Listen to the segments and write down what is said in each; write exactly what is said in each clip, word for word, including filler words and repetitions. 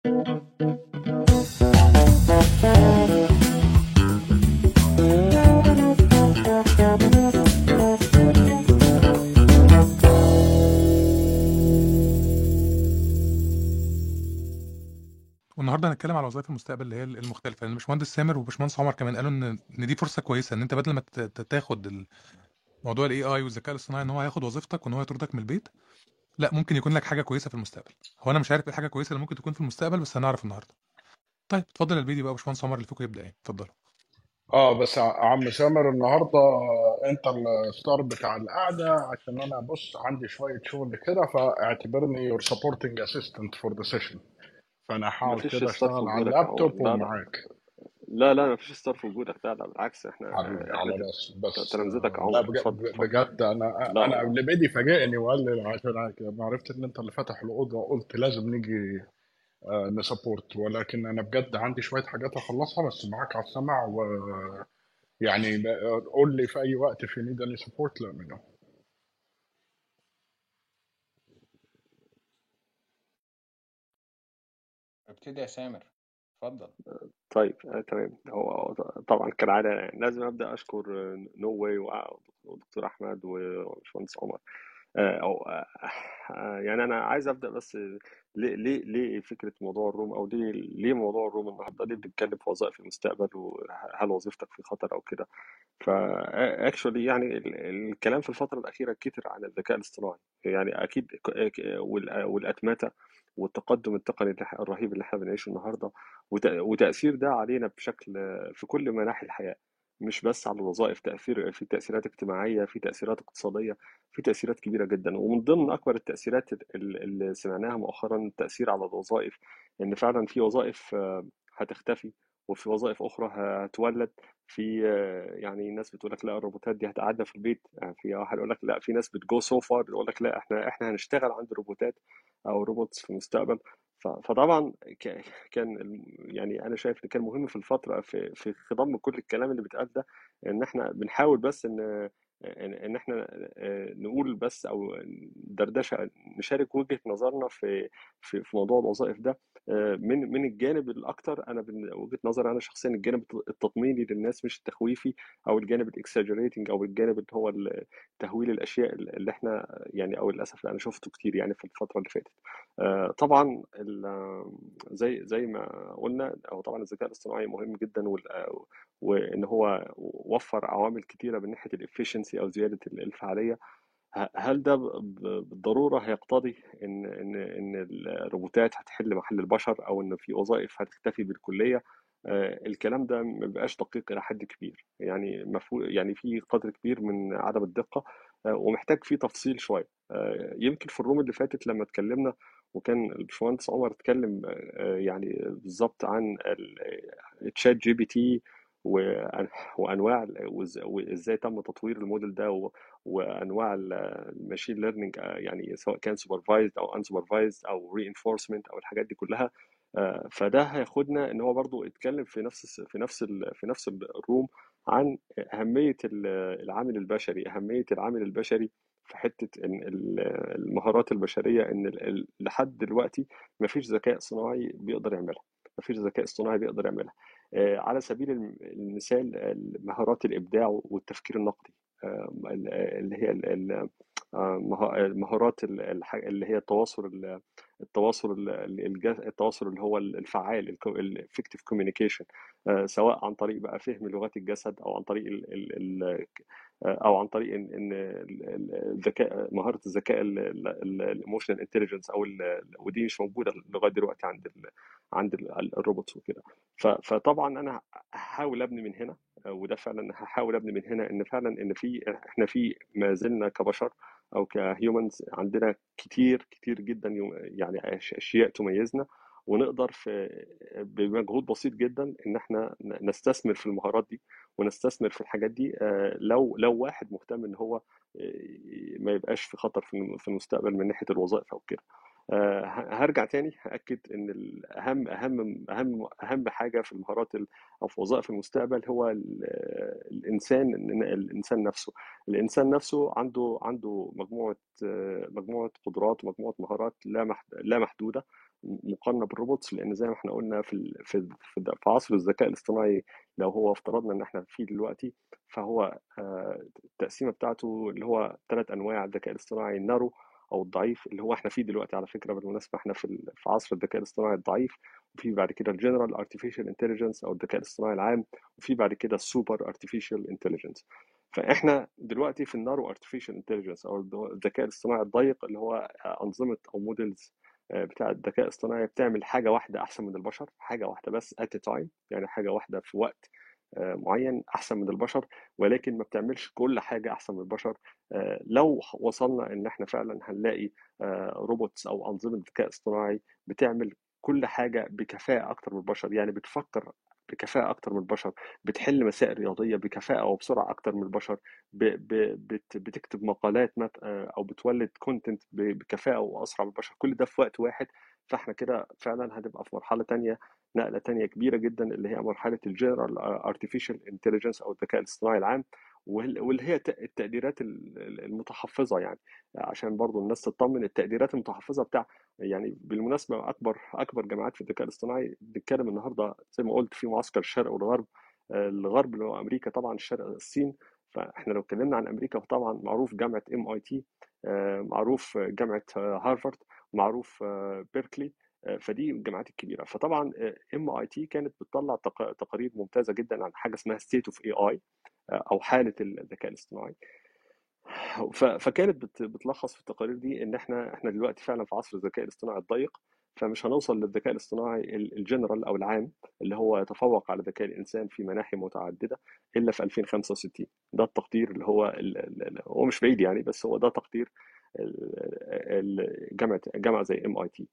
والنهارده هنتكلم على وظايف المستقبل اللي هي المختلفه، لان باشمهندس سامر وباشمهندس عمر كمان قالوا ان ان دي فرصه كويسه، ان انت بدل ما ت- ت- تاخد ال- موضوع الاي اي والذكاء الاصطناعي ان هو هياخد وظيفتك وان هو يطردك من البيت. لا، ممكن يكون لك حاجه كويسه في المستقبل. هو انا مش عارف ايه الحاجه الكويسه اللي ممكن تكون في المستقبل، بس هنعرف النهارده. طيب اتفضل الفيديو بقى، باشمهندس عمر اللي فوق يبدا يعني، اتفضلوا. اه بس ع- عم سامر النهارده انت الستار بتاع القعده، عشان انا بص عندي شويه شغل كده، فاعتبرني your supporting assistant for the session. فانا هحاول مفيش كده ستار في اشتغل على وجودك يا عمر. اللابتوب لا لا ومعاك. لا لا مفيش ستار في وجودك. لا لا بالعكس، احنا حبيبي احنا على ت- راسي، ت- بس تلامذتك يا آه، لا عمر. بج- اتفضل ب- اتفضل. بجد انا لا انا قبل بيدي فاجئني وقال لي عشان هيك لما عرفت ان انت اللي فاتح الاوضه قلت لازم نيجي آه، نسبورت، ولكن انا بجد عندي شويه حاجات اخلصها، بس معاك على السمع، ويعني ب- قول لي في اي وقت في نيد اني سبورت لا منه. ابتدي يا سامر، اتفضل. طيب آه، تمام. هو طبعا كالعادة يعني لازم أبدأ أشكر نو واي ودكتور أحمد وباشمهندس عمر. آه، أو آه، آه، يعني أنا عايز أبدأ بس. ليه ليه ليه فكرة موضوع الروم، أو ليه ليه موضوع الروم النهاردة؟ ليه بنتكلم في وظائف المستقبل وهل وظيفتك في خطر أو كده؟ فاكشولي يعني ال- الكلام في الفترة الأخيرة كتر عن الذكاء الاصطناعي، يعني أكيد ك- ك- وال- والأتمتة والتقدم التقني اللي إح- الرهيب اللي احنا بنعيشه النهارده، وت- وتأثير ده علينا بشكل في كل مناحي الحياة. مش بس على الوظائف، تأثير في تأثيرات اجتماعية، في تأثيرات اقتصادية، في تأثيرات كبيرة جدا. ومن ضمن أكبر التأثيرات ال- اللي سمعناها مؤخرا التأثير على الوظائف، إن فعلا في وظائف آه، هتختفي، وفي وظائف أخرى هتولد. في آه، يعني ناس بتقول لك لا الروبوتات دي هتقعدنا في البيت، يعني في واحد يقول لك لا، في ناس بتجو سو فار يقول لك لا احنا احنا هنشتغل عند الروبوتات او روبوتس في المستقبل. ف- فطبعا ك- كان الم- يعني انا شايف ان كان مهم في الفتره في في خضم كل الكلام اللي بيتقال ده، ان احنا بنحاول بس ان ان إن احنا آه، نقول بس او دردشه، نشارك وجهه نظرنا في في في موضوع الوظائف ده. آه، من من الجانب الاكتر، انا من وجهه نظري انا شخصيا الجانب التطميني للناس مش التخويفي، او الجانب الاكساجريتنج، او الجانب اللي هو ال- تهويل الاشياء اللي احنا يعني، او للاسف انا شفته كتير يعني في الفتره اللي فاتت. آه، طبعا ال- زي زي ما قلنا، او طبعا الذكاء الاصطناعي مهم جدا، وال- وان هو وفر عوامل كتيره من ناحيه الافشنسي او زياده الفعاليه. ه- هل ده ب- ب- بالضرورة هيقتضي إن إن إن الروبوتات هتحل محل البشر، أو إن في وظائف هتختفي بالكلية؟ آه، الكلام ده ما بيبقاش دقيق إلى حد كبير، يعني مفهو يعني في قدر كبير من عدم الدقة، آه، ومحتاج فيه تفصيل شوية. آه، يمكن في الروم اللي فاتت لما اتكلمنا، وكان الباشمهندس عمر اتكلم آه، يعني بالظبط عن التشات جي بي تي، وأن- وانواع ال- وإز- وازاي تم تطوير الموديل ده، و- وانواع الماشين ليرنينج، يعني سواء كان سوبرفايزد او ان سوبرفايزد او رينفورسمنت او الحاجات دي كلها. آه، فده هياخدنا ان هو برضو اتكلم في نفس الس- في نفس ال- في نفس الروم عن اهميه ال- العامل البشري، اهميه العامل البشري في حته ان ال- المهارات البشريه، ان ال- ال- لحد دلوقتي مفيش ذكاء صناعي بيقدر يعملها، مفيش ذكاء اصطناعي بيقدر يعملها. آه، على سبيل الم- المثال مهارات الابداع والتفكير النقدي، آه، اللي هي ال- ال- آه، مه- المهارات ال- الح- اللي هي التواصل ال- التواصل ال- الج- التواصل اللي هو الفعال، الافكتيف كوميونيكيشن، سواء عن طريق بقى فهم لغات الجسد، او عن طريق ال ال ال او عن طريق ان إن ال- ال- الذكاء، مهاره الذكاء الايموشنال انتليجنس، او ال- ودي مش موجوده لغايه دلوقتي عند ال عند ال- الروبوتس وكده. ف- فطبعا انا هحاول ابني من هنا، وده فعلا هحاول ابني من هنا، ان فعلا ان في احنا في ما زلنا كبشر او كهيومنز عندنا كتير كتير جدا يو- يعني أش- اشياء تميزنا، ونقدر في بمجهود بسيط جدا ان احنا ن- نستثمر في المهارات دي، ونستثمر في الحاجات دي. آه، لو لو واحد مهتم ان هو آه، ما يبقاش في خطر في الم- في المستقبل من ناحية الوظائف او كده. آه، ه- هرجع تاني هأكد ان الاهم اهم اهم اهم حاجة في المهارات ال- او في وظائف المستقبل هو ال- الانسان، إن- الانسان نفسه. الانسان نفسه عنده عنده مجموعة آه، مجموعة قدرات ومجموعة مهارات لا محد- لا محدودة، مقارنه بالروبوتس، لان زي ما احنا قلنا في ال- في في في عصر الذكاء الاصطناعي، لو هو افترضنا ان احنا فيه دلوقتي، فهو آه، التقسيمه بتاعته اللي هو ثلاث انواع الذكاء الاصطناعي: النارو او الضعيف، اللي هو احنا فيه دلوقتي على فكره بالمناسبه، احنا في ال- في عصر الذكاء الاصطناعي الضعيف. وفي بعد كده الجنرال ارتفيشال انتليجنس او الذكاء الاصطناعي العام، وفي بعد كده السوبر ارتفيشال انتليجنس. فاحنا دلوقتي في النارو ارتفيشال انتليجنس او الذكاء الاصطناعي الضيق، اللي هو انظمه او موديلز بتاع الذكاء الاصطناعي بتعمل حاجه واحده احسن من البشر، حاجه واحده بس at a time، يعني حاجه واحده في وقت آه، معين احسن من البشر، ولكن ما بتعملش كل حاجه احسن من البشر. آه، لو وصلنا ان احنا فعلا هنلاقي آه، روبوتس او انظمه ذكاء اصطناعي بتعمل كل حاجه بكفاءه اكتر من البشر، يعني بتفكر بكفاءة أكتر من البشر، بتحل مسائل رياضية بكفاءة وبسرعة أكتر من البشر، ب... ب... بت... بتكتب مقالات مت... أو بتولد كونتنت بكفاءة وأسرع من البشر، كل ده في وقت واحد. فاحنا كده فعلا هنبقى في مرحلة تانية، نقلة تانية كبيرة جدا، اللي هي مرحلة الجنرال ارتفيشال انتليجنس أو الذكاء الاصطناعي العام، وال- واللي هي الت- التقديرات ال- ال- المتحفظة، يعني عشان برضو الناس تطمن. التقديرات المتحفظة بتاع، يعني بالمناسبة، أكبر أكبر جامعات في الذكاء الاصطناعي بنتكلم النهاردة زي ما قلت في معسكر الشرق والغرب. آه، الغرب اللي هو أمريكا طبعا، الشرق الصين. فاحنا لو اتكلمنا عن أمريكا فطبعا معروف جامعة ام اي تي، معروف جامعة آه، هارفارد، معروف آه، بيركلي. آه، فدي الجامعات الكبيرة. فطبعا ام اي تي كانت بتطلع تق- تقارير ممتازة جدا عن حاجة اسمها ستيت اوف اي اي او حالة الذكاء الاصطناعي. ف- فكانت بت- بتلخص في التقارير دي ان احنا احنا دلوقتي فعلا في عصر الذكاء الاصطناعي الضيق، فمش هنوصل للذكاء الاصطناعي ال- الجنرال او العام اللي هو يتفوق على ذكاء الانسان في مناحي متعدده الا في ألفين وخمسة وستين. ده التقدير اللي هو ال- ال- ال- هو مش بعيد يعني، بس هو ده تقدير ال- ال- جامعه جامعه زي ام اي تي.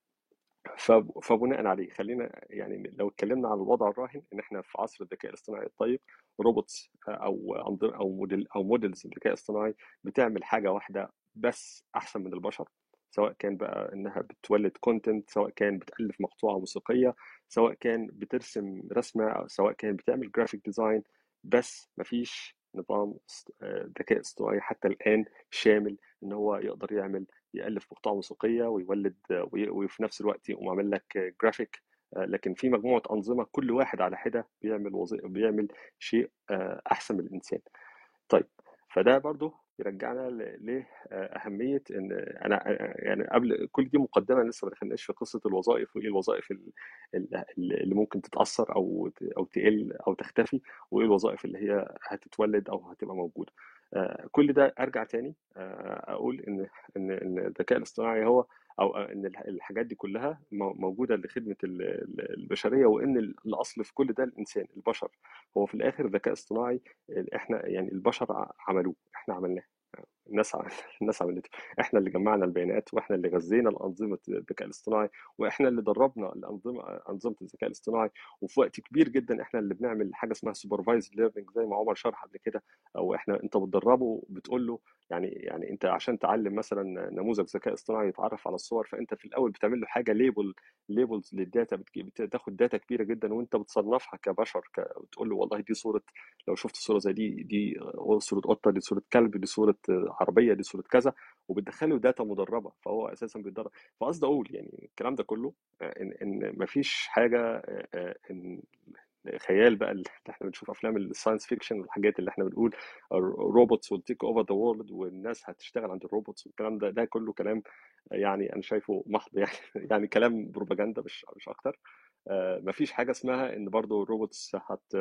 فب- فبناء عليه خلينا يعني لو اتكلمنا على الوضع الراهن ان احنا في عصر الذكاء الاصطناعي الطيب، روبوتس او أنظمة او موديل او موديلز الذكاء الاصطناعي بتعمل حاجه واحده بس احسن من البشر، سواء كان بقى انها بتولد كونتنت، سواء كان بتالف مقطوعه موسيقيه، سواء كان بترسم رسمه، أو سواء كان بتعمل جرافيك ديزاين. بس مفيش نظام است- آه، ذكاء اصطناعي حتى الان شامل ان هو يقدر يعمل يألف مقطوعة موسيقية ويولد وي- وفي نفس الوقت يقوم عامل لك جرافيك. لكن في مجموعة أنظمة كل واحد على حدة بيعمل وظيفة، بيعمل شيء آه، أحسن من الإنسان. طيب، فده برضو يرجعنا ل- لأهمية إن أنا يعني قبل كل دي مقدمة، لسه ما دخلناش في قصة الوظائف وإيه الوظائف ال- ال- اللي ممكن تتأثر أو ت- أو تقل أو تختفي، وإيه الوظائف اللي هي هتتولد أو هتبقى موجودة. آه، كل ده أرجع تاني آه، أقول إن إن إن الذكاء الاصطناعي هو أو إن الح- الحاجات دي كلها مو- موجودة لخدمة ال- ال- البشرية، وإن الأصل في كل ده الإنسان البشر. هو في الآخر الذكاء الاصطناعي احنا يعني البشر ع- عملوه، احنا عملناه. الناس ع- الناس عملته. احنا اللي جمعنا البيانات، واحنا اللي غذينا الانظمه الذكاء الاصطناعي، واحنا اللي دربنا الانظمه انظمه الذكاء الاصطناعي. وفي وقت كبير جدا احنا اللي بنعمل حاجه اسمها سوبرفايزد ليرنينج زي ما عمر شرح قبل كده. او احنا انت بتدربه، بتقول له يعني يعني انت عشان تعلم مثلا نموذج ذكاء اصطناعي يتعرف على الصور، فانت في الاول بتعمل له حاجه ليبل ليبلز للداتا، بتجي- بتاخد داتا كبيره جدا وانت بتصنفها كبشر، ك- بتقول له والله دي صوره، لو شفت صوره زي دي دي صوره قطه، دي صوره كلب، دي صوره عربيه، دي صوره كذا، وبتدخله داتا مدربه، فهو اساسا بيتدرب. فقصد اقول يعني الكلام ده كله آه، ان ان مفيش حاجه آه، آه، ان خيال بقى اللي احنا بنشوف افلام الساينس فيكشن والحاجات اللي احنا بنقول روبوتس will take over the world والناس هتشتغل عند الروبوتس والكلام ده، ده كله كلام يعني انا شايفه محض يعني يعني كلام بروباجندا مش مش اكتر. آه، مفيش حاجه اسمها ان برضو الروبوتس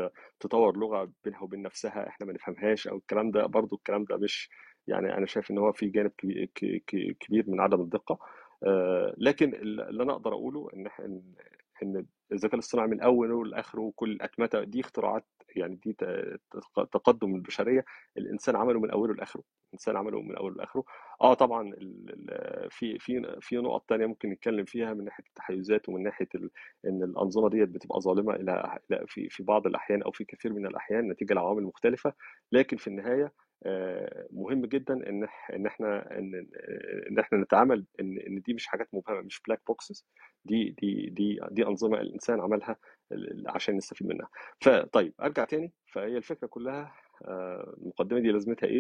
هتطور لغه بينها وبين نفسها احنا ما نفهمهاش او الكلام ده، برضو الكلام ده مش يعني، انا شايف ان هو في جانب كبي- ك- ك- كبير من عدم الدقه. آه، لكن اللي انا اقدر اقوله ان إح- ان ان الذكاء الاصطناعي من اوله لاخره وكل الاتمته دي اختراعات، يعني دي ت- تق- تقدم البشريه، الانسان عمله من اوله لاخره. الانسان عمله من اوله لاخره. اه طبعا ال- ال- في في في نقط تانية ممكن نتكلم فيها من ناحيه التحيزات ومن ناحيه ال- ان الانظمه ديت بتبقى ظالمه الى إلى- في في بعض الاحيان او في كثير من الاحيان نتيجه لعوامل مختلفه. لكن في النهايه آه، مهم جدا ان إح- ان احنا ان ان احنا نتعامل ان ان دي مش حاجات مبهمه، مش بلاك بوكسز. دي دي دي دي انظمه الانسان عملها ال- عشان نستفيد منها. فطيب ارجع تاني، فهي الفكره كلها آه، المقدمه دي لازمتها ايه؟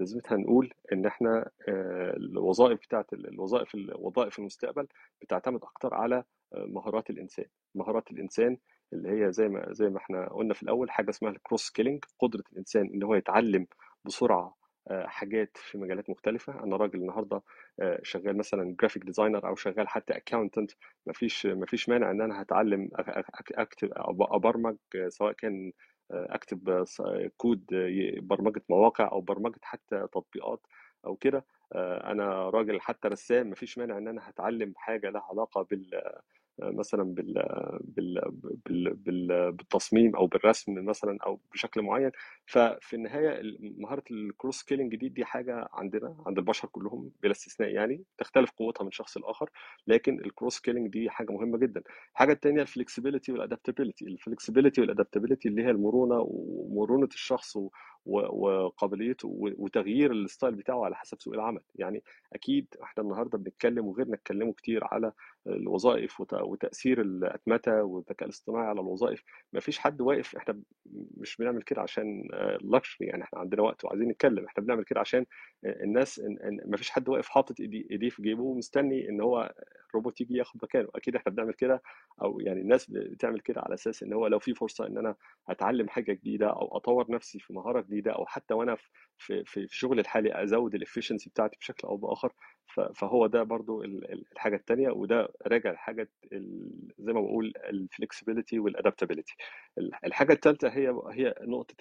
لازمتها نقول ان احنا آه، الوظائف بتاعت الوظائف الوظائف المستقبل بتعتمد اكتر على آه، مهارات الانسان. مهارات الانسان اللي هي زي ما زي ما احنا قلنا في الاول، حاجه اسمها الكروس سكيلينج، قدره الانسان ان هو يتعلم بسرعه آه، حاجات في مجالات مختلفه. انا راجل النهارده آه، شغال مثلا جرافيك ديزاينر او شغال حتى اكاونتنت، مفيش مفيش مانع ان انا هتعلم أ- أ- أك- اكتب أو ابرمج، آه، سواء كان آه، اكتب آه، ص- كود آه، ي- برمجه مواقع او برمجه حتى تطبيقات او كده. آه، انا راجل حتى رسام، مفيش مانع ان انا هتعلم حاجه لها علاقه بال مثلا بال بال بال بال بالتصميم او بالرسم مثلا او بشكل معين. ففي النهايه مهاره الكروس سكيلينج دي دي حاجه عندنا عند البشر كلهم بلا استثناء، يعني تختلف قوتها من شخص لاخر، لكن الكروس سكيلينج دي حاجه مهمه جدا. الحاجه الثانيه الفلكسبيليتي والادابتابيلتي. الفلكسبيليتي والادابتابيلتي اللي هي المرونه ومرونه الشخص و- و- وقابليته و- وتغيير الستايل بتاعه على حسب سوق العمل. يعني اكيد احنا النهارده بنتكلم وغيرنا اتكلموا كتير على الوظائف وت- وتأثير الأتمتة والذكاء الاصطناعي على الوظائف. ما فيش حد واقف، احنا ب- مش بنعمل كده عشان اللكشري، يعني احنا عندنا وقت وعايزين نتكلم، احنا بنعمل كده عشان آه، الناس إن إن ما فيش حد واقف حاطط ايديه إيديه في جيبه ومستني ان هو الروبوت يجي ياخد مكانه. اكيد احنا بنعمل كده، او يعني الناس بتعمل كده على اساس ان هو لو في فرصة ان انا اتعلم حاجة جديدة او اطور نفسي في مهارة جديدة، او حتى وانا في في في في شغل الحالي ازود الافشنسي بتاعتي بشكل او باخر. ف- فهو ده برضو ال- ال- الحاجة التانية، وده راجع لحاجة ال- زي ما بقول الفلكسبيليتي والادابتابيليتي. الحاجة التالتة هي هي نقطة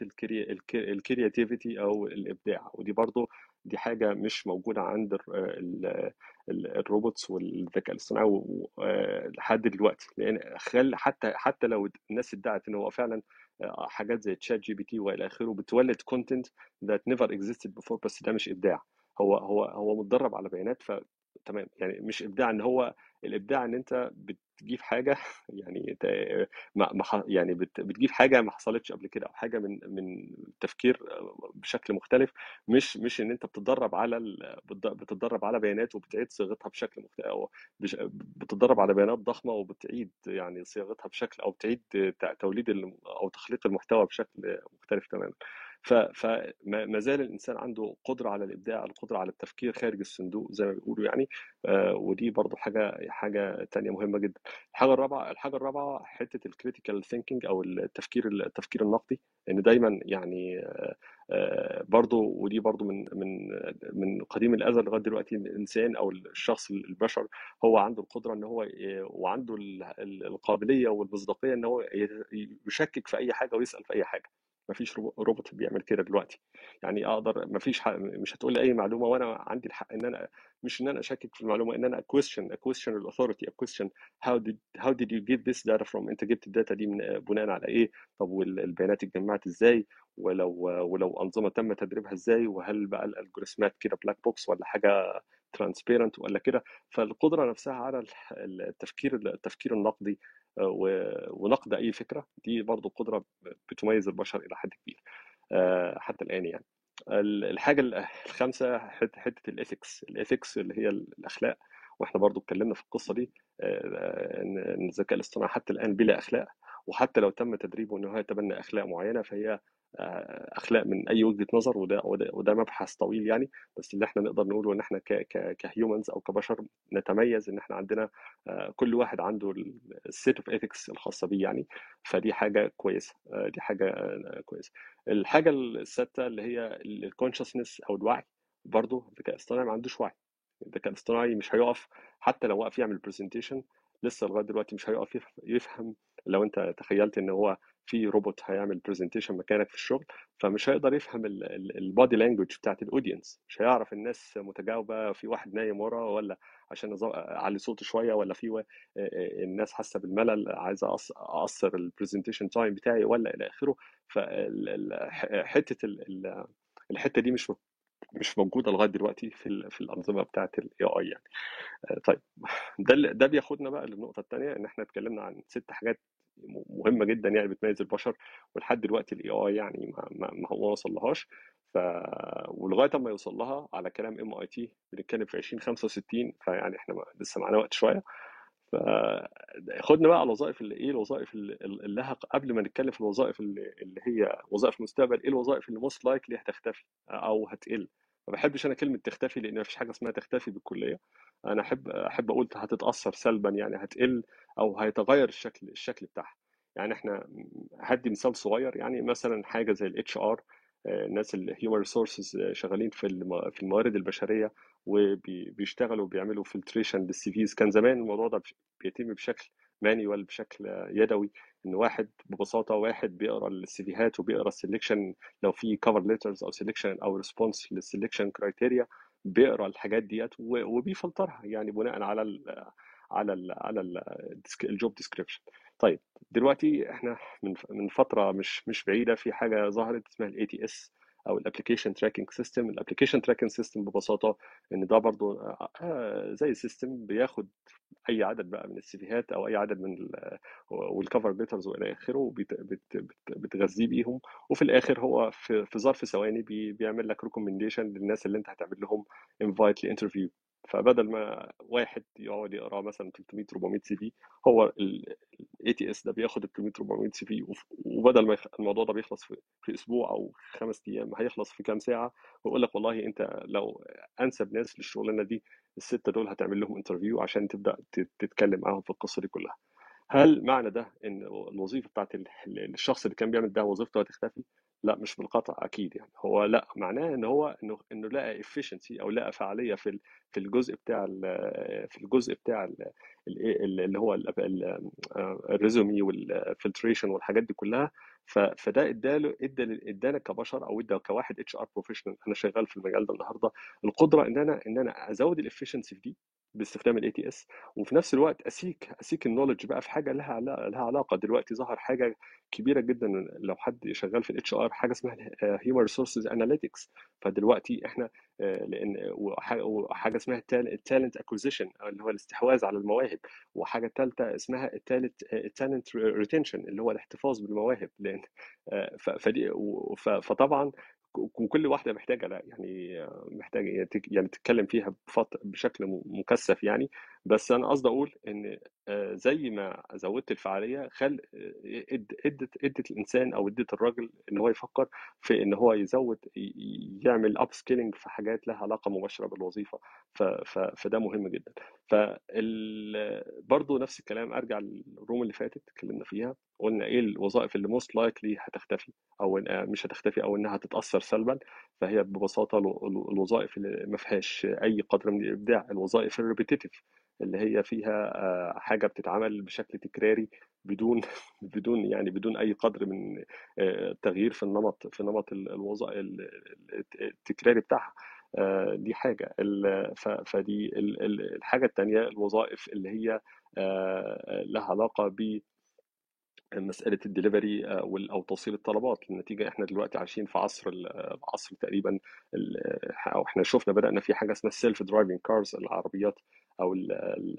الكرياتيفيتي أو الإبداع، ودي برضو دي حاجة مش موجودة عند ال- ال- ال- الروبوتس والذكاء الاصطناعي و- آه، لحد دلوقتي. لأن خل حتى حتى لو الناس ادعت إن هو فعلا آه، حاجات زي تشات جي بي تي والى اخره بتولد كونتنت that never existed before، بس ده مش ابداع. هو هو هو متدرب على بيانات، ف تمام. يعني مش ابداع ان هو الابداع ان انت بتجيب حاجه يعني ت- ما ما ح- يعني بت- بتجيب حاجه ما حصلتش قبل كده، او حاجه من من تفكير بشكل مختلف. مش مش ان انت بتتدرب على ال- بتد- بتتدرب على بيانات وبتعيد صياغتها بشكل مختلف، او بش- بتتدرب على بيانات ضخمه وبتعيد يعني صياغتها بشكل، او بتعيد ت- توليد الم- او تخليق المحتوى بشكل مختلف تماما. ف- فما ما زال الانسان عنده قدره على الابداع، القدره على التفكير خارج الصندوق زي ما بيقولوا يعني. آه، ودي برضو حاجه حاجه تانية مهمه جدا. الحاجه الرابعه الحاجه الرابعه حته الكريتيكال ثينكينج او التفكير التفكير النقدي. ان دايما يعني آه، آه، برضو، ودي برضو من من من قديم الازل لغايه دلوقتي، الانسان او الشخص البشر هو عنده القدره ان هو ي- وعنده ال- ال- القابليه والمصداقيه ان هو ي- يشكك في اي حاجه ويسال في اي حاجه. مفيش روبو- روبوت بيعمل كده دلوقتي. يعني اقدر، مفيش حق، مش هتقول لي اي معلومه وانا عندي الحق ان انا مش ان انا اشكك في المعلومه، ان انا question a question الاثوريتي a question how did how did you get this data from، انت جبت الداتا دي من بناء على ايه؟ طب والبيانات اتجمعت ازاي؟ ولو ولو انظمه تم تدريبها ازاي؟ وهل بقى الالجوريثمات كده بلاك بوكس ولا حاجه ترانسبيرنت ولا كده؟ فالقدره نفسها على ال- التفكير التفكير النقدي آه، و- ونقد اي فكره، دي برضو قدره بتميز البشر الى حد كبير آه، حتى الان يعني. ال- الحاجه ال- الخامسه حت- حته الاثكس الاثكس اللي هي الاخلاق. واحنا برضو اتكلمنا في القصه دي آه، ان إن الذكاء الاصطناعي حتى الان بلا اخلاق. وحتى لو تم تدريبه ان هو يتبنى اخلاق معينه، فهي آه، اخلاق من اي وجهه نظر، وده وده, وده مبحث طويل يعني. بس اللي احنا نقدر نقوله ان احنا ك ك كهيومنز او كبشر نتميز ان احنا عندنا آه، كل واحد عنده السيت اوف ايثكس الخاصه بيه يعني. فدي حاجه كويسه، آه، دي حاجه آه، كويسه. الحاجه السادسه اللي هي الكونشسنس او الوعي. برضه الذكاء الاصطناعي ما عندوش وعي. الذكاء الاصطناعي مش هيقف حتى لو وقف يعمل برزنتيشن، لسه لغايه دلوقتي مش هيقف يف- يفهم. لو انت تخيلت ان هو في روبوت هيعمل برزنتيشن مكانك في الشغل، فمش هيقدر يفهم البادي لانجوج بتاعت الاودينس. مش هيعرف الناس متجاوبه، في واحد نايم ورا، ولا عشان أزو- اعلي صوته شويه، ولا في و- الناس حاسه بالملل عايزه أقص- اقصر البرزنتيشن تايم بتاعي ولا الى اخره. فحته الحته دي مش مش موجوده لغايه دلوقتي في ال- في الانظمه بتاعه الاي اي يعني. آه، طيب ده اللي- ده بياخدنا بقى للنقطه الثانيه، ان احنا اتكلمنا عن ست حاجات م- مهمه جدا يعني بتميز البشر، ولحد دلوقتي الاي اي يعني ما ما ما هو وصل لهاش. ف ولغايه ما يوصل لها على كلام ام اي تي بنتكلم في ألفين وخمسة وستين، فيعني احنا ما- لسه معانا وقت شويه. فخدنا بقى على الوظائف اللي ايه الوظائف اللي اللي لها، قبل ما نتكلم في الوظائف اللي, اللي هي وظائف المستقبل، ايه الوظائف اللي موست لايكلي هتختفي او هتقل. ما بحبش انا كلمه تختفي، لان ما فيش حاجه اسمها تختفي بالكليه. انا احب احب اقول هتتاثر سلبا، يعني هتقل او هيتغير الشكل الشكل بتاعها. يعني احنا هدي مثال صغير، يعني مثلا حاجه زي الاتش ار، الناس الهيومن ريسورسز شغالين في الم- في الموارد البشريه وبيشتغلوا وبيعملوا فلتريشن للسي فيز. كان زمان الموضوع ده بش- بيتم بشكل مانيوال، بشكل يدوي، ان واحد ببساطه واحد بيقرا السيفيهات وبيقرا السلكشن، لو في كفر ليترز او سلكشن او ريسبونس للسلكشن كرايتيريا، بيقرا الحاجات ديت و- وبيفلترها يعني بناء على ال على ال على الجوب ديسكريبشن. طيب دلوقتي احنا من من فتره مش مش بعيده في حاجه ظهرت اسمها الاي تي اس او الابلكيشن تراكنج سيستم. الابلكيشن تراكنج سيستم ببساطه ان ده برضو آه، آه، زي سيستم بياخد اي عدد بقى من السيفيهات او اي عدد من ال- والكفر ليترز والى اخره، وبت- بت- بت- بتغذيه بيهم، وفي الاخر هو في في ظرف ثواني بي- بيعمل لك ريكومنديشن للناس اللي انت هتعمل لهم انفايت لانترفيو. فبدل ما واحد يقعد يقرا مثلا ثلاثمية أربعمية سي في، هو الاي تي اس ده بياخد ثلاثمية أربعمية سي في، وبدل ما يخ- الموضوع ده بيخلص في في اسبوع او خمس ايام، هيخلص في كام ساعه، ويقول لك والله انت لو انسب ناس للشغلانه دي الستة دول هتعمل لهم انترفيو عشان تبدأ تت- تتكلم معاهم في القصة دي كلها. هل معنى ده ان الوظيفه بتاعت ال- ال- الشخص اللي كان بيعمل ده وظيفته هتختفي؟ لا، مش بالقطع اكيد. يعني هو لا، معناه ان هو انه انه لقى efficiency او لقى فعاليه في ال- في الجزء بتاع ال- في الجزء بتاع ال- ال- اللي هو ال- ال- الريزومي والفلتريشن والحاجات دي كلها. ف- فده اداله ادى ادانا كبشر او ادى كواحد اتش ار بروفيشنال انا شغال في المجال ده النهارده القدره ان انا ان انا ازود الافشنسي في دي باستخدام الاي تي اس، وفي نفس الوقت اسيك اسيك النولج بقى في حاجه لها علا- لها علاقه. دلوقتي ظهر حاجه كبيره جدا لو حد شغال في الاتش ار، حاجه اسمها هيومن ريسورسز اناليتكس. فدلوقتي احنا آه، لان وح- وحاجه اسمها التالنت اكوزيشن اللي هو الاستحواذ على المواهب، وحاجه ثالثه اسمها التالت التالنت ريتنشن اللي هو الاحتفاظ بالمواهب. لان آه، ف- فدي و- ف- فطبعا وكل واحده محتاجه، لا يعني محتاجه يعني تك- يعني تتكلم فيها بفط- بشكل م- مكثف يعني. بس انا قصدي اقول ان آه، زي ما زودت الفعاليه، خل آه، اد- ادت ادت الانسان او ادت الراجل ان هو يفكر في ان هو يزود ي- ي- يعمل اب سكيلينج في حاجات لها علاقه مباشره بالوظيفه. ف- ف- فده مهم جدا. فال برضه نفس الكلام، ارجع للروم اللي فاتت اتكلمنا فيها، قلنا ايه الوظائف اللي موست لايكلي هتختفي او إن- مش هتختفي او انها هتتاثر سلبا. فهي ببساطه الو- الو- الوظائف اللي ما فيهاش اي قدر من الابداع، الوظائف الريبيتيتيف اللي هي فيها آه، حاجه بتتعمل بشكل تكراري بدون بدون يعني بدون اي قدر من آه، تغيير في النمط في نمط الوظائف التكراري بتاعها. آه، دي حاجه ال- ف- فدي ال- ال- الحاجه التانيه الوظائف اللي هي آه، لها علاقه ب مسألة الدليفري أو توصيل الطلبات. النتيجة إحنا دلوقتي عايشين في عصر ال- عصر تقريبا ال- أو إحنا شفنا بدأنا في حاجة اسمها السيلف درايفنج كارز، العربيات أو ال-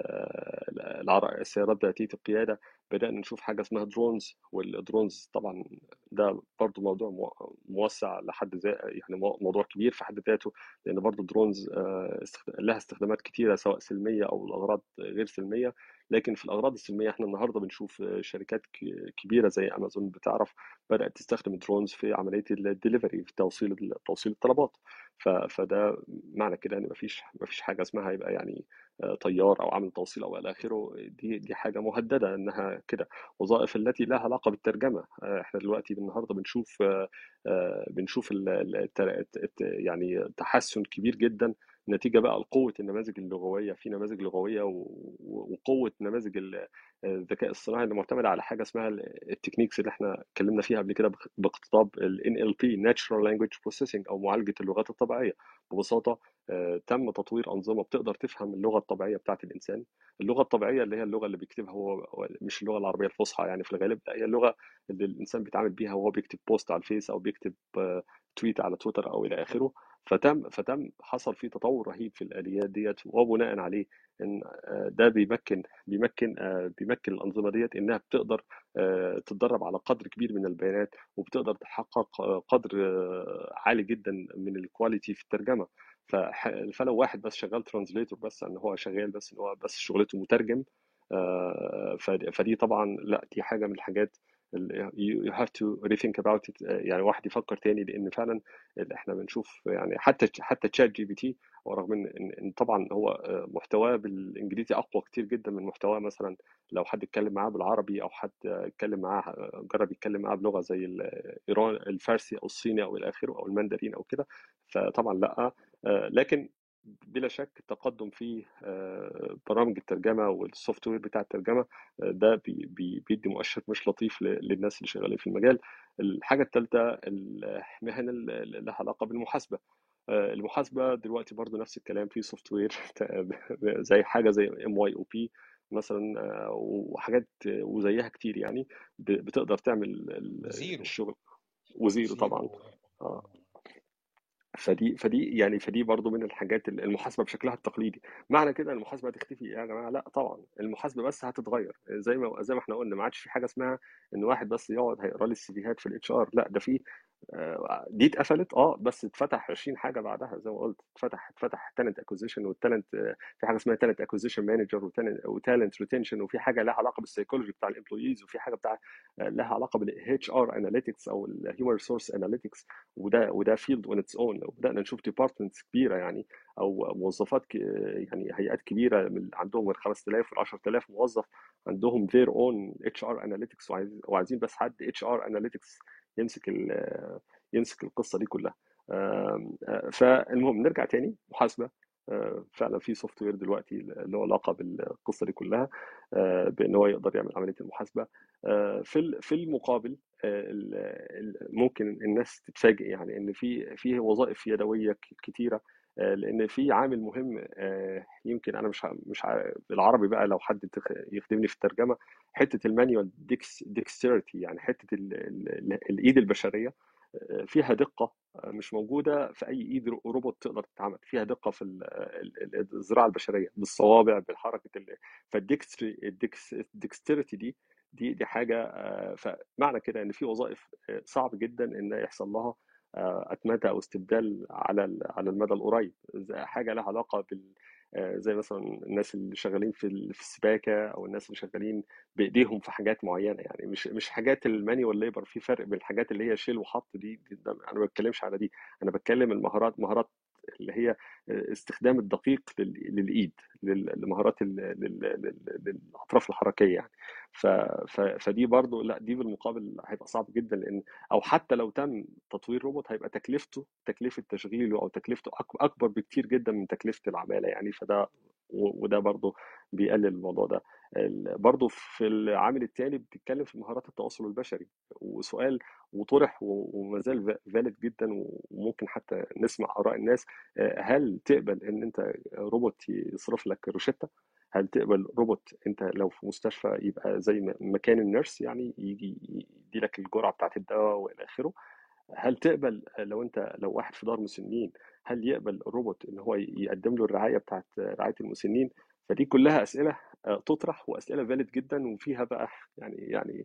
ال- العر- السيارات ذاتية القيادة. بدأنا نشوف حاجة اسمها درونز، والدرونز طبعا ده برضو موضوع مو- موسع لحد ذا يعني مو- موضوع كبير في حد ذاته، لأن برضو الدرونز آه، استخد- لها استخدامات كتيرة سواء سلمية أو الأغراض غير سلمية. لكن في الأغراض السلمية احنا النهاردة بنشوف شركات ك- كبيرة زي أمازون بتعرف بدأت تستخدم الدرونز في عملية الدليفري، في توصيل توصيل الطلبات. ف- فده معنى كده ان مفيش مفيش حاجة اسمها يبقى يعني آه، طيار او عامل توصيل او الى اخره. دي دي حاجة مهددة انها كده. وظائف التي لها علاقة بالترجمة، آه، احنا دلوقتي النهاردة بنشوف آه، آه، بنشوف ال- ال- الت- الت- الت- يعني تحسن كبير جدا نتيجة بقى لقوة النماذج اللغوية. في نماذج لغوية و- و- وقوة نماذج ال- الذكاء الصناعي اللي معتمد على حاجة اسمها ال- التكنيكس اللي احنا اتكلمنا فيها قبل كده باخ- باقتطاب ال إن إل بي Natural Language Processing أو معالجة اللغات الطبيعية. ببساطة آه، تم تطوير أنظمة بتقدر تفهم اللغة الطبيعية بتاعت الإنسان. اللغة الطبيعية اللي هي اللغة اللي بيكتبها هو هو مش اللغة العربية الفصحى يعني في الغالب، لا، هي اللغة اللي الإنسان بيتعامل بيها وهو بيكتب بوست على الفيس أو بيكتب آه، تويت على تويتر أو إلى آخره. فتم فتم حصل فيه تطور رهيب في الآليات ديت، وبناء عليه ان آه، ده بيمكن بيمكن آه، بيمكن الأنظمة ديت إنها بتقدر آه، تتدرب على قدر كبير من البيانات، وبتقدر تحقق آه، قدر آه، عالي جدا من الكواليتي في الترجمة. فح- فلو واحد بس شغال ترانزليتور، بس ان هو شغال بس ان هو بس شغلته مترجم، آه، فدي فدي طبعا لا، دي حاجة من الحاجات you have to rethink about it. يعني واحد يفكر تاني، لان فعلا احنا بنشوف يعني حتى حتى تشات جي بي تي، ورغم ان إن طبعا هو محتواه بالانجليزي اقوى كتير جدا من محتواه مثلا لو حد اتكلم معاه بالعربي، او حد اتكلم معاه جرب يتكلم معاه بلغه زي الايران الفارسي او الصيني او الى اخره او المندرين او كده، فطبعا لا. لكن بلا شك التقدم في برامج الترجمه والسوفت وير بتاع الترجمه ده بي بي بيدي مؤشر مش لطيف للناس اللي شغالين في المجال. الحاجه الثالثه المهن اللي لها علاقه بالمحاسبه. المحاسبه دلوقتي برضو نفس الكلام، في سوفت وير زي حاجه زي ام واي او بي مثلا، وحاجات وزيها كتير يعني بتقدر تعمل وزيرو الشغل. وزيرو طبعا. وزيرو اه فدي فدي يعني فدي برضو من الحاجات المحاسبه بشكلها التقليدي. معنى كده المحاسبه هتختفي يا جماعه؟ لا طبعا، المحاسبه بس هتتغير. زي ما زي ما احنا قلنا، ما عادش في حاجه اسمها ان واحد بس يقعد هيقرا لي السيفيهات في الاتش ار. لا، ده في دي اتقفلت اه بس اتفتح عشرين حاجه بعدها. زي ما قلت، اتفتح اتفتح تالنت اكوزيشن، والتالنت في حاجه اسمها تالنت اكوزيشن مانجر، وتالنت ريتنشن، وفي حاجه لها علاقه بالسيكولوجي بتاع الامبلويز، وفي حاجه بتاع لها علاقه بالاتش ار اناليتكس او الهيومن ريسورس اناليتكس، وده وده فيلد اون اتس اون. لو بدانا نشوف ديبارتمنتس كبيره يعني، او موظفات يعني هيئات كبيره من عندهم من خمسة آلاف ل عشرة آلاف موظف عندهم their own اتش ار اناليتكس، وعايزين بس حد اتش ار اناليتكس يمسك يمسك القصه دي كلها. فالمهم نرجع تاني، محاسبه فعلا في سوفت وير دلوقتي اللي له علاقه بالقصه دي كلها، بان هو يقدر يعمل عمليه المحاسبه. في في المقابل ممكن الناس تتفاجئ يعني ان في في وظائف يدويه كتيره، لان في عامل مهم يمكن انا مش مش بالعربي بقى، لو حد يخدمني في الترجمه، حته المانيوال ديكس ديكستيريتي، يعني حته ال ال الايد البشريه فيها دقه مش موجوده في اي ايد روبوت تقدر تتعمل فيها دقه في الزراعه البشريه بالصوابع بالحركه. فالديكستيريتي دي دي دي حاجه، فمعنى كده ان في وظائف صعب جدا ان يحصل لها اتمته او استبدال على على المدى القريب. حاجه لها علاقه بال زي مثلا الناس اللي شغالين في في السباكه، او الناس اللي شغالين بايديهم في حاجات معينه، يعني مش مش حاجات المانيوال ليبر. في فرق بين الحاجات اللي هي شيل وحط دي, دي انا ما بتكلمش على دي، انا بتكلم المهارات مهارات اللي هي استخدام الدقيق للايد، لمهارات الاطراف الحركيه يعني. فدي برضو لا، دي بالمقابل هيبقى صعب جدا، لان او حتى لو تم تطوير روبوت هيبقى تكلفته تكلفه تشغيله او تكلفته اكبر بكتير جدا من تكلفه العماله يعني. فده وده برضو بيقلل الموضوع ده. برضو في العامل الثاني بتتكلم في مهارات التواصل البشري، وسؤال وطرح وما زال فالid جدا، وممكن حتى نسمع اراء الناس. هل تقبل ان انت روبوت يصرف لك روشته؟ هل تقبل روبوت انت لو في مستشفى يبقى زي مكان النيرس، يعني يجي يدي لك الجرعه بتاعت الدواء والى اخره؟ هل تقبل لو انت لو واحد في دار مسنين، هل يقبل الروبوت ان هو يقدم له الرعايه بتاعت رعايه المسنين؟ فدي كلها اسئله تطرح، واسئله فالid جدا، وفيها بقى يعني يعني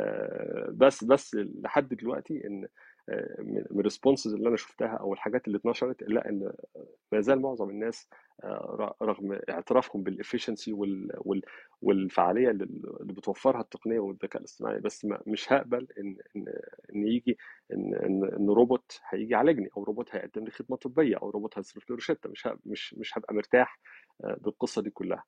بس بس لحد دلوقتي ان من الريسبونسز اللي انا شفتها او الحاجات اللي اتنشرت، لا ان ما زال معظم الناس رغم اعترافهم بالافشنسي والفعاليه اللي بتوفرها التقنيه والذكاء الاصطناعي، بس مش هقبل ان ان ان يجي ان ان ان روبوت هيجي يعالجني، او روبوت هيقدم لي خدمه طبيه، او روبوت هيصرف لي روشته. مش مش مش هبقى مرتاح بالقصه دي كلها.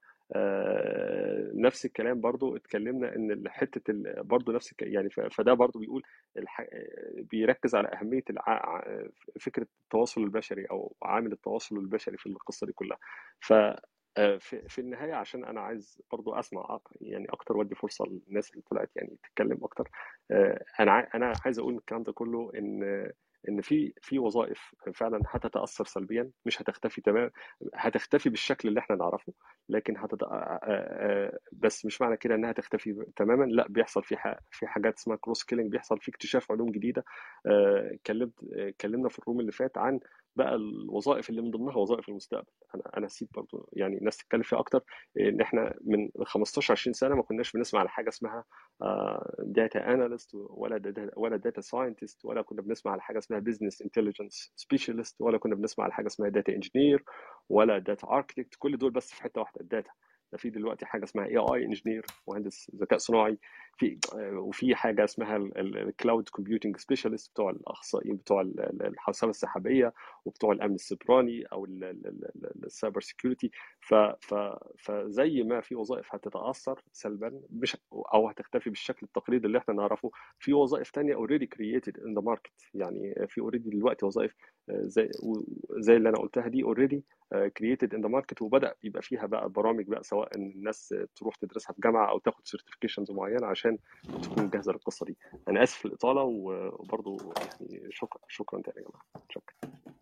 نفس الكلام برضو اتكلمنا ان حته برضو نفس يعني فده برضو بيقول الح... بيركز على اهميه الع... فكره التواصل البشري او عامل التواصل البشري في القصه دي كلها. ف في في النهايه، عشان انا عايز برضو اسمع يعني اكتر، ودي فرصه للناس اللي طلعت يعني تتكلم اكتر. انا انا عايز اقول الكلام ده كله ان ان في في وظائف فعلا هتتاثر سلبيا، مش هتختفي تمام، هتختفي بالشكل اللي احنا نعرفه، لكن هتت... بس مش معنى كده انها تختفي تماما. لا، بيحصل في ح... في حاجات اسمها كروس كيلينج، بيحصل في اكتشاف علوم جديده. اتكلمت اتكلمنا في الروم اللي فات عن بقى الوظائف اللي من ضمنها وظائف المستقبل. انا انا نسيت برضو يعني الناس تتكلم فيها اكتر، ان احنا من خمستاشر عشرين سنه ما كناش بنسمع على حاجه اسمها داتا اناليست، ولا داتا ولا داتا ساينتست، ولا كنا بنسمع على حاجه اسمها بزنس انتليجنس سبيشالست، ولا كنا بنسمع على حاجه اسمها داتا انجينير ولا داتا اركتكت. كل دول بس في حته واحده، الداتا. ده في دلوقتي حاجه اسمها اي اي انجينير، مهندس ذكاء صناعي. في وفي حاجه اسمها الكلاود كومبيوتنج سبيشالست بتوع الاخصائيين بتوع ال- ال- الحوسبه السحابيه وبتوع الامن السيبراني او السايبر سيكيورتي. ف ف فزي ما في وظائف هتتاثر سلبا مش او هتختفي بالشكل التقليدي اللي احنا نعرفه، في وظائف تانية اوريدي كرييتد ان ذا ماركت. يعني في اوريدي دلوقتي وظائف آه، زي زي اللي انا قلتها دي اوريدي كرييتد ان ذا ماركت، وبدا يبقى فيها بقى برامج بقى، سواء ان الناس تروح تدرسها في جامعه او تاخد سيرتيفيكيشنز معينه عشان تكون جاهزه للقصه دي. انا اسف في الاطاله، وبرضه يعني شكرا شكرا تاني يا جماعه. شكرا.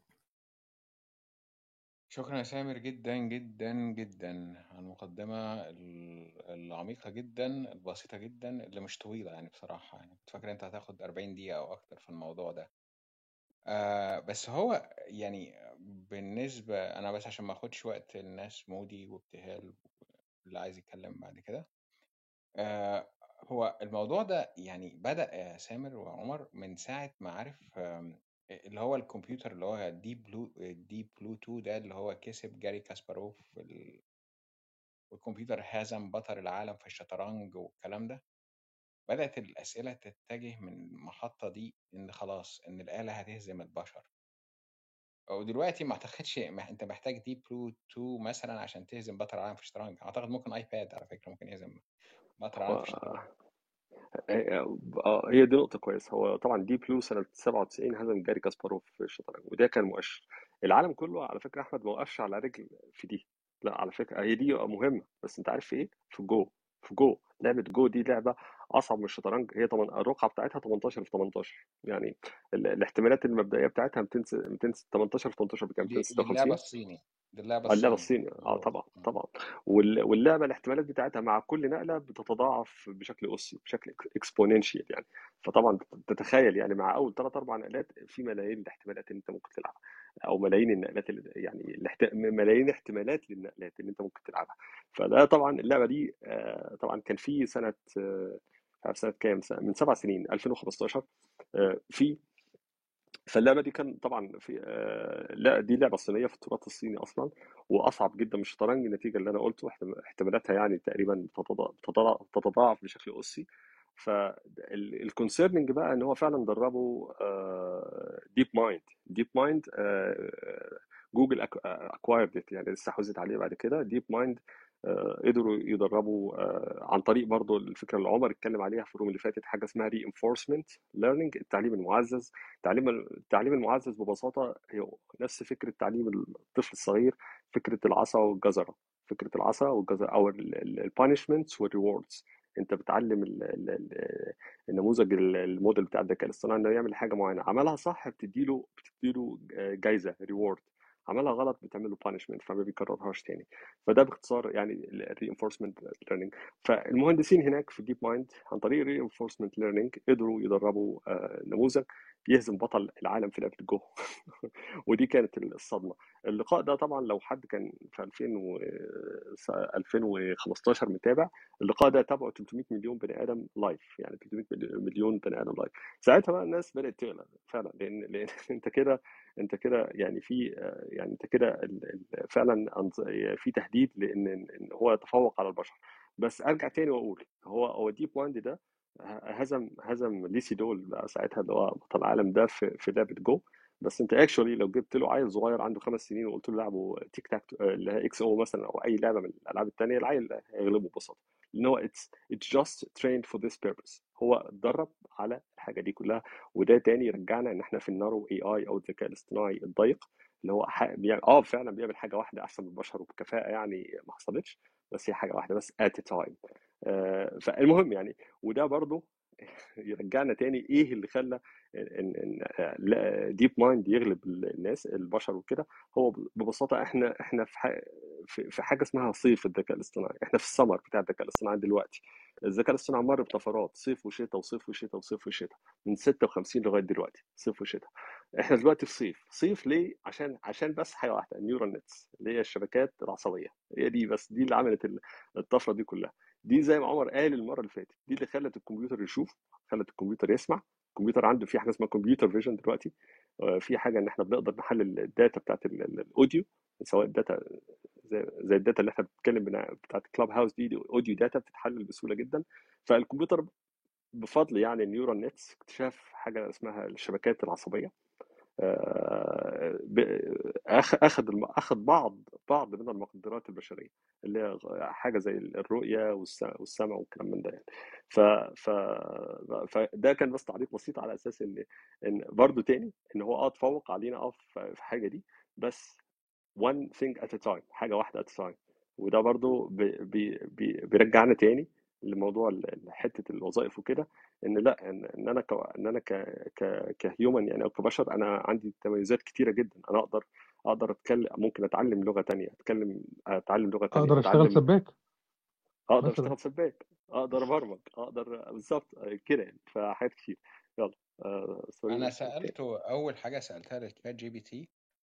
شكرا يا سامر جدا جدا جدا على المقدمة ال- العميقة جدا البسيطة جدا اللي مش طويلة، يعني بصراحة يعني كنت فاكر انت هتاخد أربعين دقيقة او اكتر في الموضوع ده. آه بس هو يعني بالنسبة انا بس عشان ما اخدش وقت الناس مودي وابتهال اللي عايز يتكلم بعد كده. آه هو الموضوع ده يعني بدأ يا سامر وعمر من ساعة ما عارف آم، اللي هو الكمبيوتر اللي هو ديب بلو ديب بلو تو ده اللي هو كسب جاري كاسباروف في ال- والكمبيوتر هزم بطل العالم في الشطرنج والكلام ده. بدأت الأسئلة تتجه من المحطة دي إن خلاص إن الآلة هتهزم البشر. ودلوقتي ما أعتقدش ما أنت محتاج ديب بلو تو مثلا عشان تهزم بطل العالم في الشطرنج. أعتقد ممكن آيباد على فكرة ممكن يهزم بطل العالم هو في الشطرنج. آه، هي دي نقطة كويسة. هو طبعا دي بلو سنة سبعة وتسعين هزم جاري كاسباروف في الشطرنج، وده كان مؤشر. العالم كله على فكرة أحمد ما وقفش على رجل في دي. لا على فكرة هي دي مهمة، بس أنت عارف في إيه؟ في جو. في جو لعبة جو دي لعبة أصعب من الشطرنج. هي طبعا الرقعة بتاعتها تمنتاشر في تمنتاشر، يعني ال- الاحتمالات المبدئية بتاعتها ميتين ميتين تمنتاشر في تمنتاشر بكام؟ دي دي اللعبة ميتين وستة وخمسين. الصيني. دي اللعبة آه، اللعبة الصيني الصيني اه مظبوط. طبعا مم. طبعا. وال- واللعبة الاحتمالات بتاعتها مع كل نقلة بتتضاعف بشكل أسي، بشكل اكسبوننشال يعني. فطبعا تتخيل يعني مع أول ثلاث أربع نقلات في ملايين الاحتمالات اللي أنت ممكن تلعبها، أو ملايين النقلات اللي يعني الاحت... ملايين احتمالات للنقلات اللي أنت ممكن تلعبها. فده طبعا اللعبة دي آه، طبعا كان في سنة آه، مش عارف سنة كام، سنة من سبع سنين ألفين وخمستاشر آه، في فاللعبه دي كان طبعا في آه، لا دي لعبه صينيه في التراث الصيني اصلا، واصعب جدا من الشطرنج. النتيجه اللي انا قلته احتم- احتمالاتها يعني تقريبا بتتضا- بتتضا- بتتضاعف بشكل اسي. فالكونسيرننج بقى ان هو فعلا دربوا ديب مايند. ديب مايند جوجل اكوايرد يعني استحوذت عليه بعد كده. ديب مايند قدروا يدربوا آه، عن طريق برضو الفكره اللي عمر اتكلم عليها في الروم اللي فاتت، حاجه اسمها reinforcement learning، التعليم المعزز. التعليم التعليم المعزز ببساطة هي نفس فكرة تعليم الطفل الصغير، فكرة العصا والجزرة. فكرة العصا والجزرة أو البانشمنتس والريوردز. أنت بتعلم ال- ال- ال- النموذج ال- الموديل بتاع الذكاء الاصطناعي إنه يعمل حاجة معينة، عملها صح بتديله بتديله جايزة ريورد، عملها غلط بتعمل له بانشمنت فما بيكررهاش تاني. فده باختصار يعني الرينفورسمنت ليرنينج. فالمهندسين هناك في ديب مايند عن طريق الرينفورسمنت ليرنينج قدروا يدربوا آه، نموذج يهزم بطل العالم في لعبة الجو. ودي كانت الصدمة. اللقاء ده طبعا لو حد كان في ألفين و ألفين وخمستاشر متابع، اللقاء ده تابعه ثلاثمائة مليون بني آدم لايف، يعني ثلاثمائة مليون بني آدم لايف. ساعتها بقى الناس بدأت تقلق فعلا، لأن لأن أنت كده أنت كده يعني في يعني أنت كده ال- ال- فعلا أنظ- في تهديد لأن إن هو يتفوق على البشر. بس أرجع تاني وأقول هو هو ديب مايند ده هزم هزم ليسي دول بقى ساعتها اللي هو بطل العالم ده في في لعبه جو. بس انت اكشولي لو جبت له عيل صغير عنده خمس سنين وقلت له لعبه تيك تاك اللي هي اكس او مثلا او اي لعبه من الالعاب التانيه، العيل هيغلبه ببساطه، لان هو اتس اتس جاست تريند فور ذيس بيربز. هو اتدرب على الحاجه دي كلها. وده تاني يرجعنا ان احنا في النارو اي اي او الذكاء الاصطناعي الضيق، اللي هو ح- بيعمل اه فعلا بيعمل حاجه واحده احسن من البشر وبكفاءه يعني ما حصلتش، بس هي حاجه واحده بس at a time. آه، فالمهم يعني، وده برضو يرجعنا تاني ايه اللي خلى ان ان ديب مايند يغلب الناس البشر وكده. هو ببساطه احنا احنا في ح- في في حاجه اسمها صيف الذكاء الاصطناعي. احنا في السمر بتاع الذكاء الاصطناعي دلوقتي. الذكاء الاصطناعي مر بطفرات صيف وشتاء وصيف وشتاء وصيف وشتاء من ستة وخمسين لغايه دلوقتي صيف وشتاء. احنا دلوقتي في صيف. صيف ليه؟ عشان عشان بس حاجه واحده، النيورال نتس اللي هي الشبكات العصبيه. هي دي بس دي اللي عملت ال- الطفره دي كلها. دي زي ما عمر قال المره اللي فاتت، دي اللي خلت الكمبيوتر يشوف، خلت الكمبيوتر يسمع. الكمبيوتر عنده في حاجه اسمها كمبيوتر فيجن دلوقتي. آه، في حاجه ان احنا بنقدر نحلل الداتا بتاعت ال- ال- الاوديو، سواء الداتا زي زي الداتا اللي احنا بنتكلم بنا- بتاعت كلاب هاوس دي, دي اوديو داتا بتتحلل بسهوله جدا. فالكمبيوتر بفضل يعني النيورال نتس اكتشاف حاجه اسمها الشبكات العصبيه. آه، ب- أخ- اخذ الم- اخذ بعض بعض من المقدرات البشريه اللي هي حاجه زي الرؤيه والس- والسمع والكلام من ده يعني. ف ف فده كان بس تعليق بسيط على اساس ان ان برضه تاني ان هو اه تفوق علينا اه في في حاجه دي، بس one thing at a time، حاجة واحدة at a time. وده برضو بي بي بي بيرجعنا تاني لموضوع ال- ال- حتة الوظائف وكده، ان لا ان ان انا ك ان انا ك ك كهيومن يعني او كبشر انا عندي تميزات كتيرة جدا. انا اقدر اقدر اتكلم، ممكن اتعلم لغة تانية، اتكلم اتعلم لغة تانية، اقدر اشتغل اتعلم سباك اقدر مثلا. اشتغل سباك، اقدر ابرمج، اقدر بالظبط كده يعني. فحاجات كتير. يلا آه سوري انا بس اوكي. سالته اول حاجه سالتها للشات جي بي تي،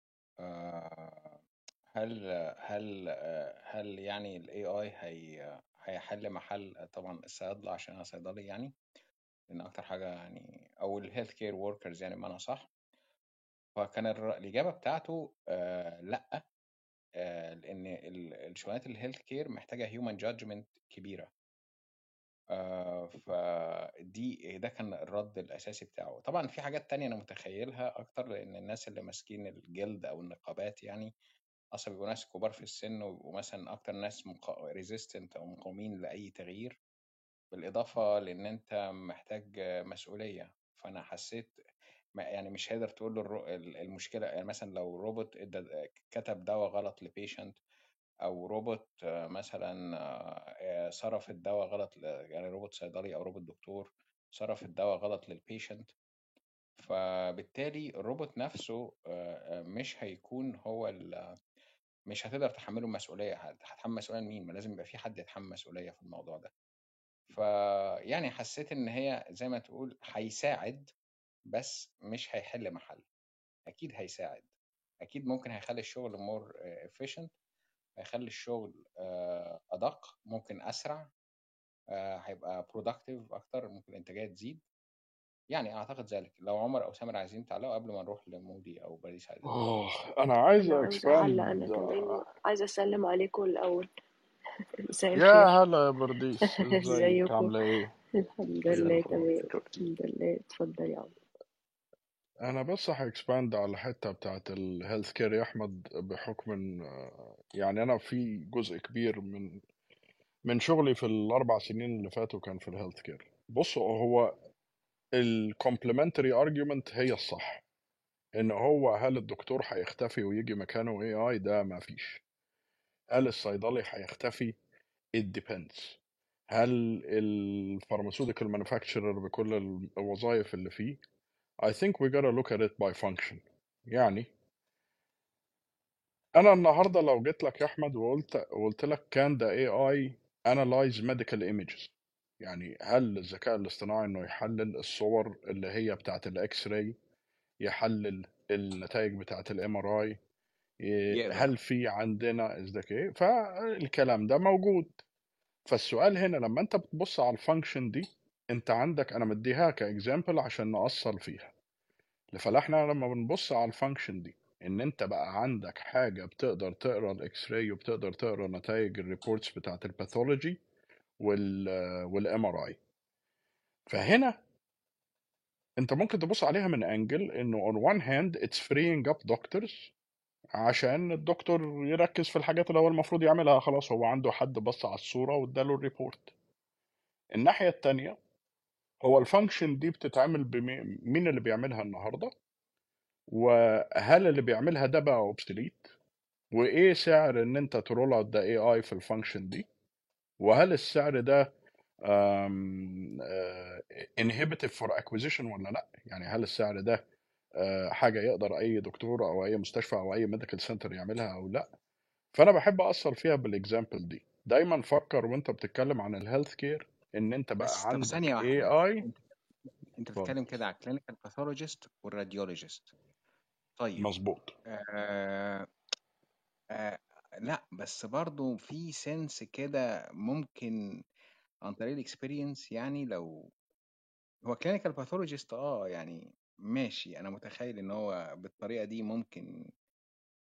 آه، هل هل آه، هل يعني الاي اي هي هيحل محل طبعا الصيادله، عشان انا صيدلي يعني، لان اكتر حاجه يعني، او الهيلث كير وركرز يعني بمعنى صح. فكان الر- الاجابه بتاعته آه لا، آه لان ال- الشغلانات الهيلث كير محتاجه هيومن جادجمنت كبيره. آه فدي ده كان الرد الاساسي بتاعه. طبعا في حاجات تانية انا متخيلها اكتر، لان الناس اللي ماسكين الجلد او النقابات يعني اصلا بيبقوا ناس كبار في السن، وبيبقوا مثلا اكتر ناس ريزيستنت او مقاومين لاي تغيير، بالاضافه لان انت محتاج مسؤوليه. فانا حسيت ما- يعني مش هقدر تقول له الرو- المشكله، يعني مثلا لو روبوت ادى كتب دواء غلط لبيشنت، او روبوت آه، مثلا آه، آه، صرف الدواء غلط ل- يعني روبوت صيدلي او روبوت دكتور صرف الدواء غلط للبيشنت، فبالتالي الروبوت نفسه آه، آه، مش هيكون هو ال- مش هتقدر تحمله المسؤولية. هت- هتحمل مسؤولية مين؟ ما لازم يبقى في حد يتحمل مسؤولية في الموضوع ده. فيعني حسيت ان هي زي ما تقول هيساعد، بس مش هيحل محل. اكيد هيساعد، اكيد ممكن هيخلي الشغل more efficient، هيخلي الشغل آه، ادق، ممكن اسرع، آه، هيبقى productive اكتر، ممكن الانتاجيه تزيد. يعني اعتقد ذلك. لو عمر او سامر عايزين تعلقوا قبل ما نروح لمودي او باريس عايزين تعلقوا. أوه أنا عايز أنا عاوزة أعلق أنا اكسباند. كمان، عايزة أسلم عليكم الأول. مساء يا الخير. هلا يا برديس، ازيك ازيكم؟ عاملة ايه؟ الحمد زي لله الفل. تمام. شكرا. الحمد لله. اتفضل يا عم. انا بس هاكسباند على الحتة بتاعت الهيلث كير يا احمد، بحكم ان آه، يعني انا في جزء كبير من من شغلي في الاربع سنين اللي فاتوا كان في الهيلث كير. بصوا، هو الكومبلمنتري ارجيومنت هي الصح، ان هو هل الدكتور هيختفي ويجي مكانه اي اي؟ ده ما فيش. هل الصيدلي هيختفي؟ it depends. هل الفارماسيوتيكال مانيفاكتشرر بكل الوظائف اللي فيه؟ I think we gotta look at it by function. يعني انا النهارده لو جيت لك يا احمد وقلت قلت لك can the إيه آي analyze medical images، يعني هل الذكاء الاصطناعي انه يحلل الصور اللي هي بتاعت الاكس راي، يحلل النتائج بتاعت الام ار اي، يقدر. هل في عندنا ازدكاء؟ فالكلام ده موجود. فالسؤال هنا لما انت بتبص على الفانكشن دي، انت عندك، انا مديها كاكزامبل عشان نأصل فيها. فاحنا لما بنبص على الفانكشن دي، ان انت بقى عندك حاجه بتقدر تقرا الاكس راي وبتقدر تقرا نتائج الريبورتس بتاعت الباثولوجي وال والام ار اي. فهنا انت ممكن تبص عليها من انجل انه on one hand it's freeing up doctors، عشان الدكتور يركز في الحاجات اللي هو المفروض يعملها. خلاص هو عنده حد بص على الصوره واداله الريبورت. الناحيه التانيه، هو الفانكشن دي بتتعمل بمين؟ مين اللي بيعملها النهارده؟ وهل اللي بيعملها ده بقى اوبسليت؟ وايه سعر ان انت ترول اوت ده اي اي في الفانكشن دي؟ وهل السعر ده انهبيتيف فور اكوزيشن ولا لا؟ يعني هل السعر ده آه، حاجه يقدر اي دكتور او اي مستشفى او اي ميديكال سنتر يعملها او لا؟ فانا بحب اثر فيها بالاكزامبل دي. دايما فكر وانت بتتكلم عن الهيلث كير ان انت بقى بس طب ثانيه عندك اي واحده، اي. انت انت اتفضل. بتتكلم كده على الكلينيكال باثولوجيست والراديولوجيست. طيب مظبوط. آه آه لا، بس برضو في سنس كده ممكن عن طريق الاكسبيرينس. يعني لو هو كلينيكال باثولوجيست اه يعني ماشي، انا متخيل ان هو بالطريقه دي ممكن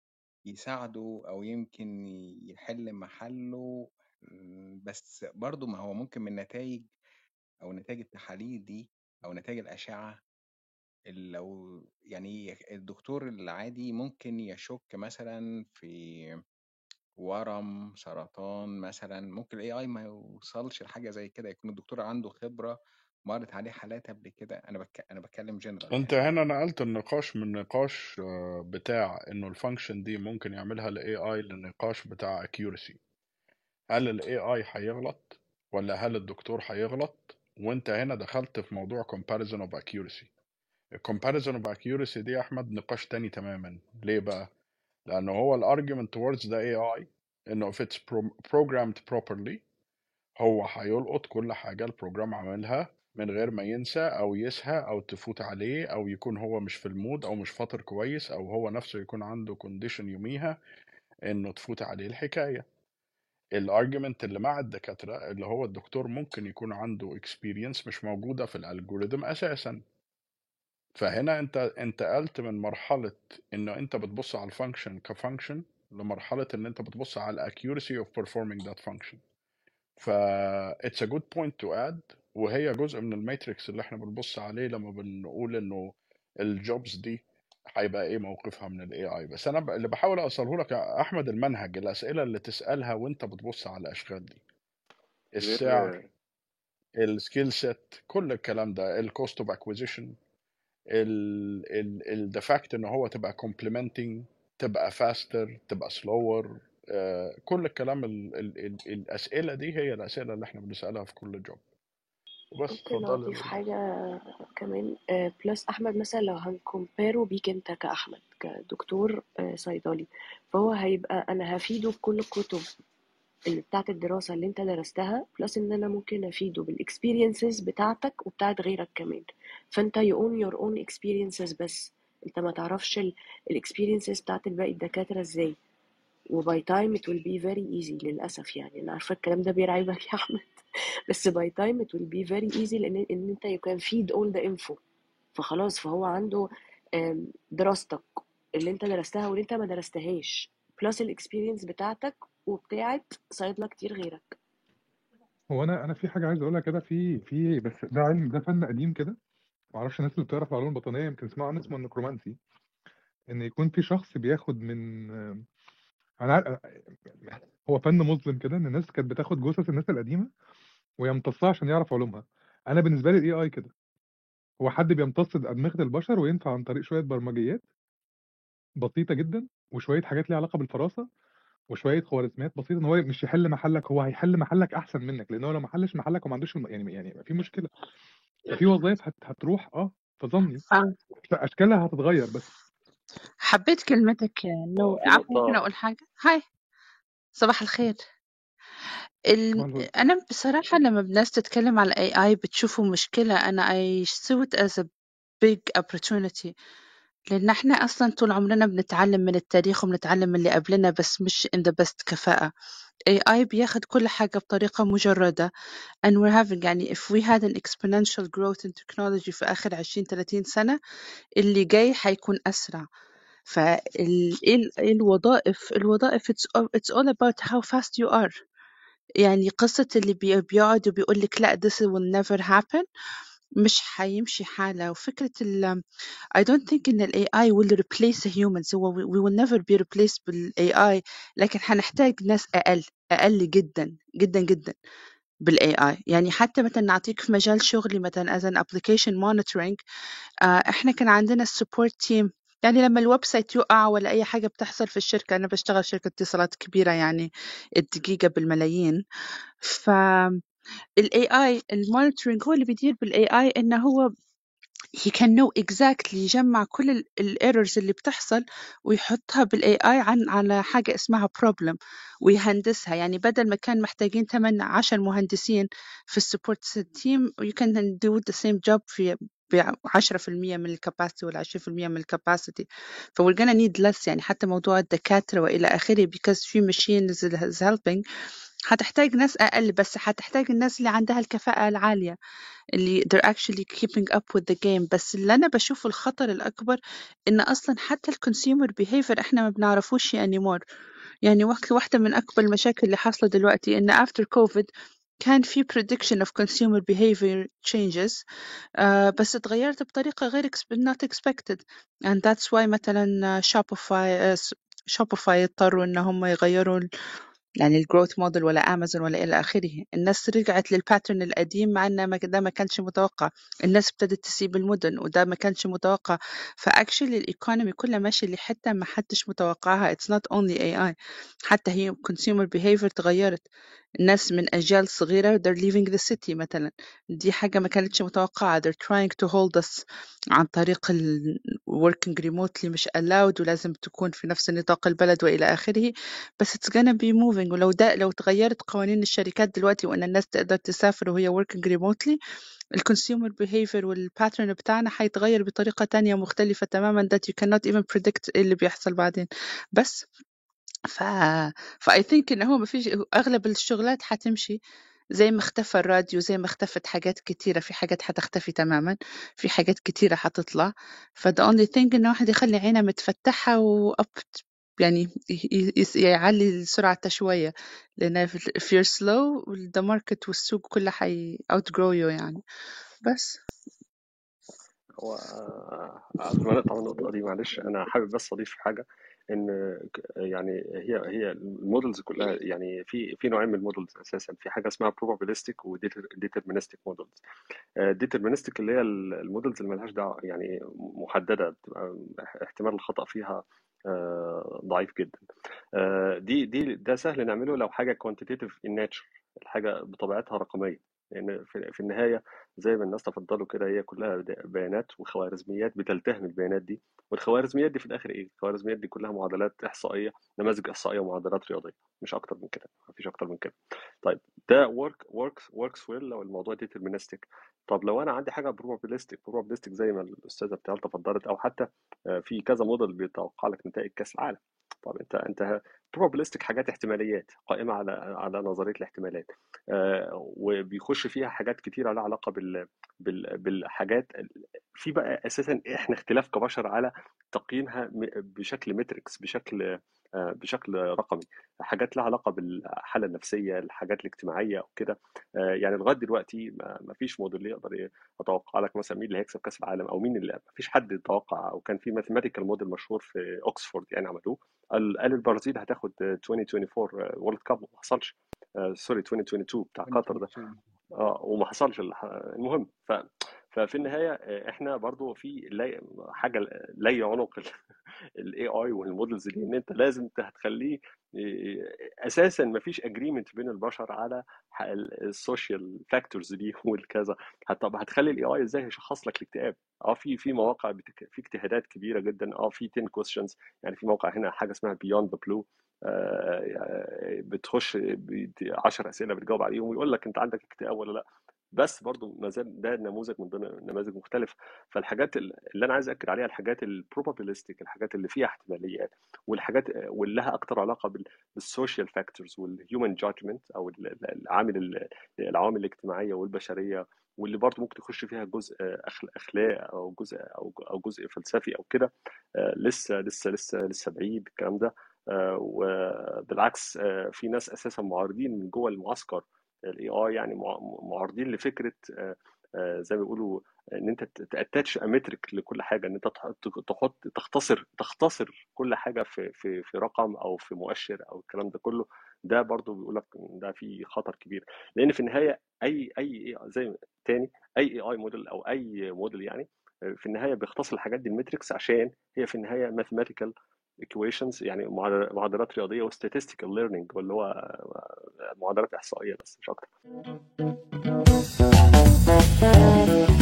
يساعده أو يمكن يحل محله. بس برضه ما هو ممكن من نتائج أو نتائج التحاليل دي أو نتائج الأشعة، لو يعني الدكتور العادي ممكن يشك مثلا في ورم سرطان مثلا، ممكن الاي اي ما يوصلش لحاجه زي كده، يكون الدكتور عنده خبره مرت عليه حالات قبل كده. انا بك... انا بتكلم جنرال انت يعني. هنا نقلت النقاش من نقاش آه، بتاع انه الفانكشن دي ممكن يعملها الاي اي للنقاش بتاع accuracy. هل الاي اي هيغلط ولا هل الدكتور هيغلط؟ وانت هنا دخلت في موضوع comparison of accuracy. الcomparison of accuracy دي يا احمد نقاش تاني تماما. ليه بقى؟ لانه هو الارجيومنت towards the اي اي انه if it's pro- programmed properly هو هيلقط كل حاجة البروجرام عملها من غير ما ينسى أو يسهى أو تفوت عليه أو يكون هو مش في المود أو مش فاطر كويس أو هو نفسه يكون عنده كونديشن يوميها إنه تفوت عليه الحكاية. الارجيومنت اللي مع الدكاترة اللي هو الدكتور ممكن يكون عنده experience مش موجودة في الالجوريثم أساسا. فهنا أنت انتقلت من مرحلة إنه أنت بتبص على الفانكشن كفانكشن لمرحلة إن أنت بتبص على accuracy of performing that function. ف it's a good point to add، وهي جزء من الماتريكس اللي احنا بنبص عليه لما بنقول انه الجوبز دي هيبقى ايه موقفها من الاي اي. بس انا ب- اللي بحاول اوصله لك يا احمد المنهج، الاسئله اللي تسالها وانت بتبص على الاشغال دي، السعر، غير السكيل سيت، كل الكلام ده، الكوست اوف اكويزيشن، ذا فاكت ان هو تبقى كومبلمنتنج، تبقى فاستر، تبقى سلور، كل الكلام ال ال ال الاسئله دي هي الاسئله اللي احنا بنسالها في كل جوب. وبس ممكن اتفضل يا أضيف لولو. حاجة كمان بلس أحمد. مثلا لو هنكمبيرو بيك أنت كأحمد كدكتور آه، صيدلي، فهو هيبقى أنا هفيده بكل الكتب اللي بتاعت الدراسة اللي أنت درستها، بلس إن أنا ممكن أفيده بالإكسبيرينسز بتاعتك وبتاعت غيرك كمان. فأنت you own your own experiences، بس أنت ما تعرفش الإكسبيرينسز بتاعت الباقي الدكاترة إزاي. وباي تايم it will be very easy. للأسف يعني أنا عارفة الكلام ده بيرعبك يا أحمد، بس باي تايم it will be very easy، لأن إن أنت you can feed all the info. فخلاص فهو عنده آم، دراستك اللي أنت درستها واللي أنت ما درستهاش، بلس الإكسبيرينس بتاعتك وبتاعت صيادلة كتير غيرك. هو انا انا في حاجه عايز اقولها كده، في في بس ده علم، ده فن قديم كده. ما اعرفش الناس اللي بتعرف العلوم الباطنيه يمكن يسمعوا عنه، اسمه النكرومانسي. ان يكون في شخص بياخد من انا عارف- هو فن مظلم كده، ان الناس كانت بتاخد جثث الناس القديمه ويمتصها عشان يعرف علومها. انا بالنسبه لي الاي اي كده، هو حد بيمتص ادمغه البشر وينفع عن طريق شويه برمجيات بسيطه جدا وشويه حاجات ليها علاقه بالفراسه وشويه خوارزميات بسيطه، ان هو مش يحل محلك، هو هيحل محلك احسن منك، لان هو لو ما حلش محلك هو ما عندوش الم... يعني يعني في مشكله. ففي وظائف هت... هتروح اه فظني آه. اشكالها هتتغير بس. حبيت كلمتك يا نو. في عفوا ممكن نقطة أقول حاجة؟ هاي، صباح الخير. ال... طبعا الوظ- أنا بصراحة لما الناس تتكلم على إيه آي بتشوفه مشكلة، أنا I see it as a big opportunity. لأن احنا أصلا طول عمرنا بنتعلم من التاريخ وبنتعلم من اللي قبلنا، بس مش in the best كفاءة. إيه آي بياخد كل حاجة بطريقة مجردة and we're having يعني if we had an exponential growth in technology في آخر عشرين ثلاثين سنة، اللي جاي حيكون أسرع. فالوظائف الوظائف it's all, it's all about how fast you are. يعني قصة اللي بي- بيقعد وبيقول لك لا this will never happen مش حيمشي حاله. وفكرة ال I don't think إن ال إيه آي will replace the humans. هو we we will never be replaced بال إيه آي، لكن هنحتاج ناس أقل أقل جدا جدا جدا بال إيه آي. يعني حتى مثلا نعطيك في مجال شغلي مثلا as an application monitoring، آه، احنا كان عندنا السبورت تيم. يعني لما الويب سايت يقع ولا اي حاجه بتحصل في الشركه، انا بشتغل شركه اتصالات كبيره يعني الدقيقه بالملايين. ف ال إيه آي المونيتورنج هو اللي بيدير بال إيه آي، انه هو he can know exactly يجمع كل ال ال errors اللي بتحصل ويحطها بال إيه آي عن على حاجة اسمها problem ويهندسها. يعني بدل ما كان محتاجين ثمانية عشر مهندسين في السبورت team you can do the same job في بعشرة في المية من الكاباسيتي ولا عشرين في المية من الكاباسيتي. ف we're gonna need less. يعني حتى موضوع الدكاترة وإلى آخره because في machine is is helping. هتحتاج ناس أقل، بس هتحتاج الناس اللي عندها الكفاءة العالية اللي they're actually keeping up with the game. بس اللي أنا بشوفه الخطر الأكبر إن أصلا حتى ال consumer behavior إحنا ما بنعرفوش anymore. يعني وقت واحدة من أكبر المشاكل اللي حاصلة دلوقتي إن after COVID كان في prediction of consumer behavior changes uh, بس اتغيرت بطريقة غير expe- not expected, and that's why مثلا Shopify uh, Shopify اضطروا إن هم يغيروا يعني الجروث موديل ولا امازون ولا الى اخره. الناس رجعت للباترن القديم مع ان ما- ده ما كانش متوقع. الناس ابتدت تسيب المدن وده ما كانش متوقع. فاكشلي الايكونومي كلها ماشيه لحته ما حدش متوقعها. اتس نوت اونلي اي اي، حتى هي consumer behavior تغيرت. الناس من اجيال صغيره they're leaving the city مثلا، دي حاجه ما كانتش متوقعه. they're trying to hold us عن طريق ال working remotely مش allowed ولازم تكون في نفس نطاق البلد والى اخره. بس it's gonna be moving. ولو ده لو تغيرت قوانين الشركات دلوقتي وان الناس تقدر تسافر وهي working remotely ال consumer behavior والباترن بتاعنا هيتغير بطريقة تانية مختلفة تماما that you cannot even predict ايه اللي بيحصل بعدين. بس ف ف I think ان هو مفيش اغلب الشغلات هتمشي زي ما اختفى الراديو، زي ما اختفت حاجات كتيرة، في حاجات هتختفي تماما، في حاجات كتيرة هتطلع. ف the only thing ان واحد يخلي عينه متفتحة و up يعني ي- ي- يس- يعلي سرعته شوية، لأن if if you're slow the market والسوق كله حي outgrow you يعني. بس هو آه، قبل ما نقطع من النقطة دي معلش أنا حابب بس أضيف حاجة إن ك- يعني هي هي المودلز كلها يعني في في نوعين من المودلز أساسا. في حاجة اسمها probabilistic و deterministic models. deterministic اللي هي المودلز اللي ملهاش دعوة يعني محددة، بتبقى احتمال الخطأ فيها آه، ضعيف جدا. آه، دي دي ده سهل نعمله لو حاجة quantitative in nature، الحاجة بطبيعتها رقمية. لأن يعني في في النهاية زي ما الناس تفضلوا كده هي كلها د- بيانات وخوارزميات بتلتهم البيانات دي. والخوارزميات دي في الآخر إيه؟ الخوارزميات دي كلها معادلات إحصائية، نماذج إحصائية ومعادلات رياضية، مش أكتر من كده، مفيش أكتر من كده. طيب ده work works works well لو الموضوع deterministic. طب لو أنا عندي حاجة probabilistic probabilistic زي ما الأستاذة بتاعت تفضلت، أو حتى آه، في كذا موديل بيتوقع لك نتائج كأس العالم. طب انت انت probabilistic حاجات احتماليات قائمه على على نظريه الاحتمالات، آه، وبيخش فيها حاجات كتيره لها علاقه بال بال بالحاجات ال- في بقى اساسا احنا اختلاف كبشر على تقييمها م- بشكل متريكس، بشكل آه، بشكل رقمي. حاجات لها علاقه بالحاله النفسيه، الحاجات الاجتماعيه وكده. آه، يعني لغايه دلوقتي ما ما فيش موديل يقدر اتوقع لك مثلا مين اللي هيكسب كاس العالم او مين اللي، ما فيش حد يتوقع. او كان في ماثيماتيكال موديل مشهور في اوكسفورد يعني عملوه، قال قال البرازيل هتاخد ألفين واربعة وعشرين وورلد كاب وما حصلش. آه، سوري ألفين واتنين واتنين بتاع قطر ده. ألفين واتنين وعشرين. اه وما حصلش الح- المهم ف ففي النهايه آه، احنا برضو في لي... حاجه لي عنق الاي اي والمودلز دي، ان انت لازم هتخليه آه، اساسا ما فيش اجريمنت بين البشر على السوشيال فاكتورز دي والكذا. طب هتخلي الاي اي ازاي يشخص لك الاكتئاب؟ اه في في مواقع بتك... في اجتهادات كبيره جدا. اه في عشرة questions، يعني في موقع هنا حاجه اسمها بيوند ذا بلو، بتخش عشر اسئله بتجاوب عليهم ويقول لك انت عندك اكتئاب ولا لا. بس برضو ما زال ده نموذج من ضمن نماذج مختلفه. فالحاجات اللي انا عايز اكد عليها الحاجات البروبابيلستيك، الحاجات اللي فيها احتماليات، والحاجات واللي لها اكتر علاقه بالسوشيال فاكتورز والهيومن جادجمنت، او العامل العوامل الاجتماعيه والبشريه، واللي برضه ممكن يخش فيها جزء اخلاق او جزء او او جزء فلسفي او كده. لسه لسه لسه لسه بعيد الكلام ده. وبالعكس في ناس اساسا معارضين من جوه المعسكر الاي اي، يعني معارضين لفكره زي ما بيقولوا ان انت تاتاتش امتريك لكل حاجه، ان انت تحط تحط تختصر تختصر كل حاجه في في في رقم او في مؤشر او الكلام ده كله. ده برضو بيقول لك ده في خطر كبير، لان في النهايه اي اي زي تاني اي اي اي موديل او اي موديل يعني في النهايه بيختصر الحاجات دي المتريكس، عشان هي في النهايه mathematical equations، يعني معادلات رياضيه و statistical learning، واللي هو معادلات احصائيه بس مش اكتر.